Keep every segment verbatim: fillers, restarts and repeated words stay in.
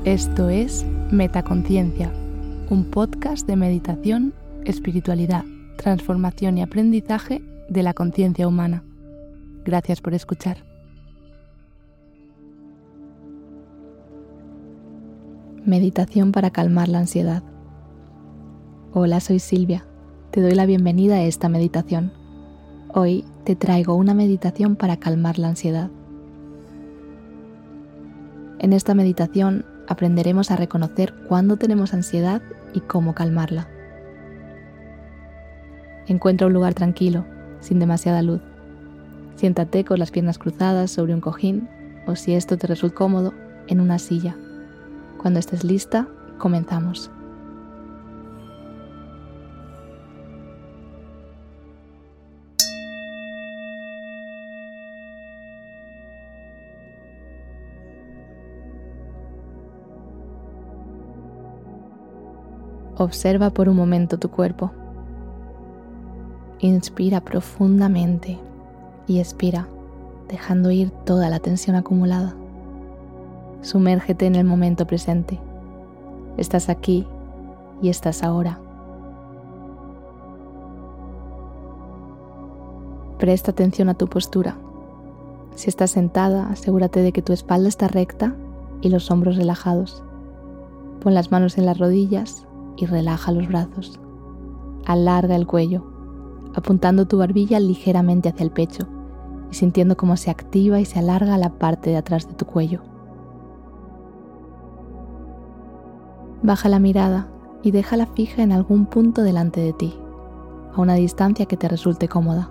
Esto es Metaconciencia, un podcast de meditación, espiritualidad, transformación y aprendizaje de la conciencia humana. Gracias por escuchar. Meditación para calmar la ansiedad. Hola, soy Silvia. Te doy la bienvenida a esta meditación. Hoy te traigo una meditación para calmar la ansiedad. En esta meditación aprenderemos a reconocer cuándo tenemos ansiedad y cómo calmarla. Encuentra un lugar tranquilo, sin demasiada luz. Siéntate con las piernas cruzadas sobre un cojín o, si esto te resulta cómodo, en una silla. Cuando estés lista, comenzamos. Observa por un momento tu cuerpo. Inspira profundamente y expira, dejando ir toda la tensión acumulada. Sumérgete en el momento presente. Estás aquí y estás ahora. Presta atención a tu postura. Si estás sentada, asegúrate de que tu espalda está recta y los hombros relajados. Pon las manos en las rodillas y relaja los brazos. Alarga el cuello, apuntando tu barbilla ligeramente hacia el pecho y sintiendo cómo se activa y se alarga la parte de atrás de tu cuello. Baja la mirada y déjala fija en algún punto delante de ti, a una distancia que te resulte cómoda.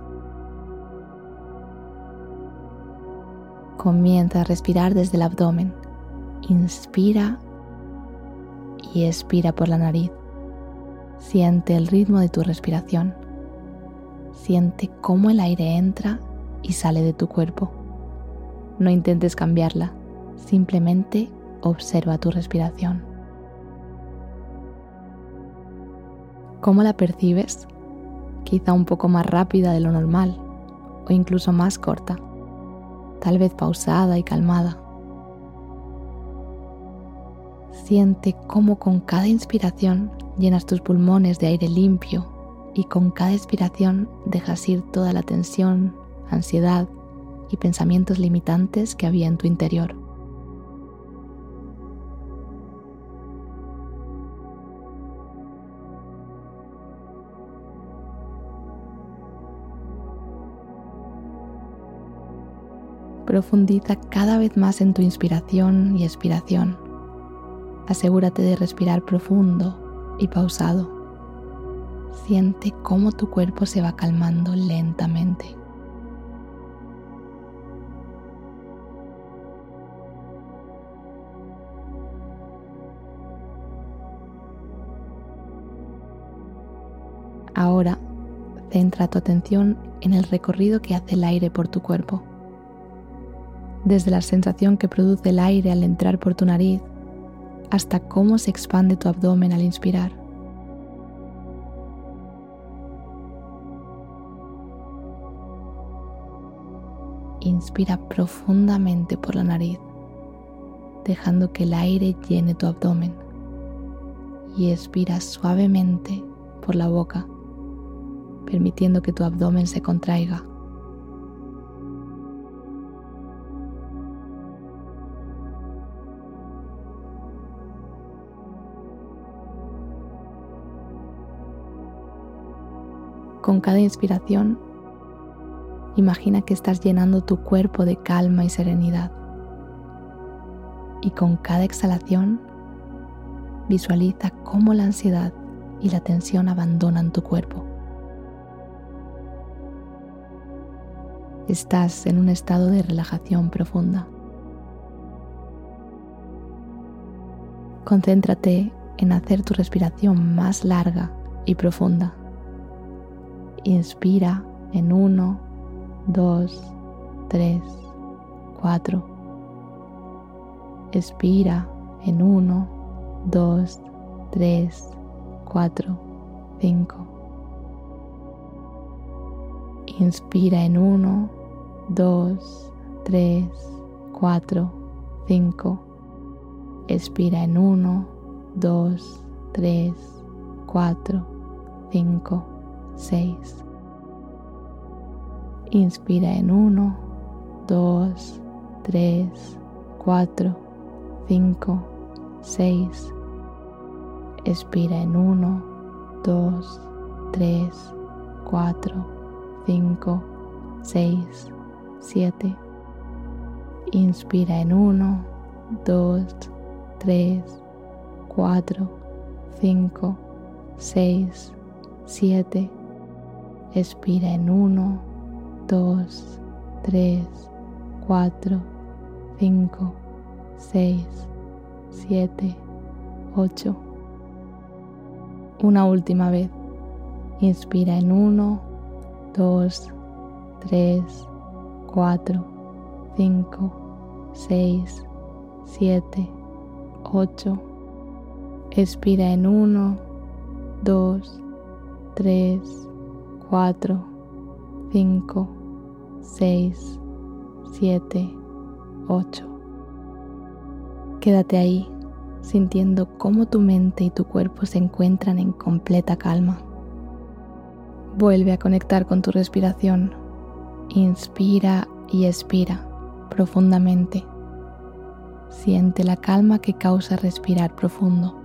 Comienza a respirar desde el abdomen. Inspira y expira por la nariz. Siente el ritmo de tu respiración. Siente cómo el aire entra y sale de tu cuerpo. No intentes cambiarla, simplemente observa tu respiración. ¿Cómo la percibes? Quizá un poco más rápida de lo normal o incluso más corta, tal vez pausada y calmada. Siente cómo con cada inspiración llenas tus pulmones de aire limpio y con cada expiración dejas ir toda la tensión, ansiedad y pensamientos limitantes que había en tu interior. Profundiza cada vez más en tu inspiración y expiración. Asegúrate de respirar profundo y pausado. Siente cómo tu cuerpo se va calmando lentamente. Ahora, centra tu atención en el recorrido que hace el aire por tu cuerpo. Desde la sensación que produce el aire al entrar por tu nariz, hasta cómo se expande tu abdomen al inspirar. Inspira profundamente por la nariz, dejando que el aire llene tu abdomen, y expira suavemente por la boca, permitiendo que tu abdomen se contraiga. Con cada inspiración, imagina que estás llenando tu cuerpo de calma y serenidad. Y con cada exhalación, visualiza cómo la ansiedad y la tensión abandonan tu cuerpo. Estás en un estado de relajación profunda. Concéntrate en hacer tu respiración más larga y profunda. Inspira en uno, dos, tres, cuatro. Expira en uno, dos, tres, cuatro, cinco. Inspira en uno, dos, tres, cuatro, cinco. Expira en uno, dos, tres, cuatro, cinco, seis. Inspira en uno, dos, tres, cuatro, cinco, seis. Expira en uno, dos, tres, cuatro, cinco, seis, siete. Inspira en uno, dos, tres, cuatro, cinco, seis, siete. Expira en uno, dos, tres, cuatro, cinco, seis, siete, ocho. Una última vez. Inspira en uno, dos, tres, cuatro, cinco, seis, siete, ocho. Expira en uno, dos, tres, cuatro, cinco, seis, siete, ocho. Quédate ahí, sintiendo cómo tu mente y tu cuerpo se encuentran en completa calma. Vuelve a conectar con tu respiración. Inspira y expira profundamente. Siente la calma que causa respirar profundo.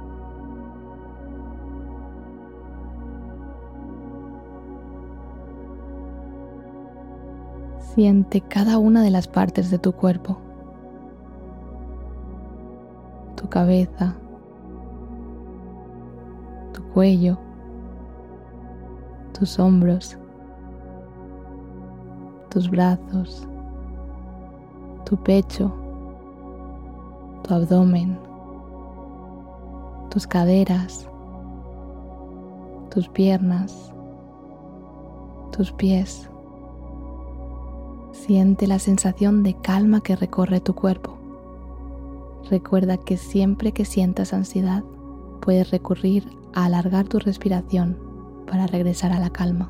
Siente cada una de las partes de tu cuerpo. Tu cabeza, tu cuello, tus hombros, tus brazos, tu pecho, tu abdomen, tus caderas, tus piernas, tus pies. Siente la sensación de calma que recorre tu cuerpo. Recuerda que siempre que sientas ansiedad, puedes recurrir a alargar tu respiración para regresar a la calma.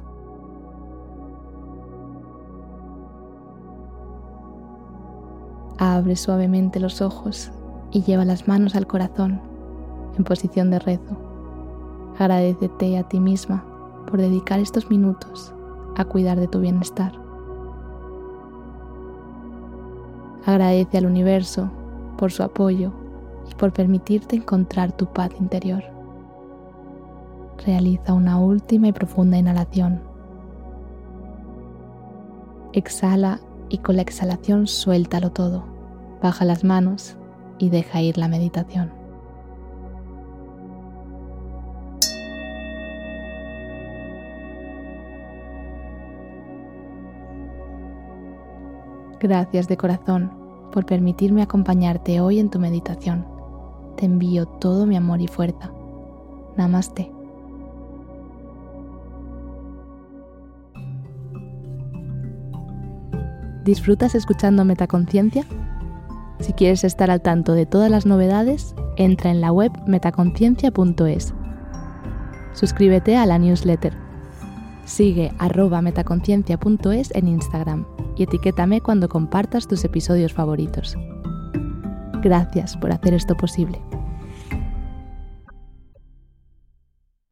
Abre suavemente los ojos y lleva las manos al corazón en posición de rezo. Agradécete a ti misma por dedicar estos minutos a cuidar de tu bienestar. Agradece al universo por su apoyo y por permitirte encontrar tu paz interior. Realiza una última y profunda inhalación. Exhala y con la exhalación suéltalo todo. Baja las manos y deja ir la meditación. Gracias de corazón por permitirme acompañarte hoy en tu meditación. Te envío todo mi amor y fuerza. Namaste. ¿Disfrutas escuchando Metaconciencia? Si quieres estar al tanto de todas las novedades, entra en la web metaconciencia punto es. Suscríbete a la newsletter. Sigue arroba metaconciencia punto es en Instagram y etiquétame cuando compartas tus episodios favoritos. Gracias por hacer esto posible.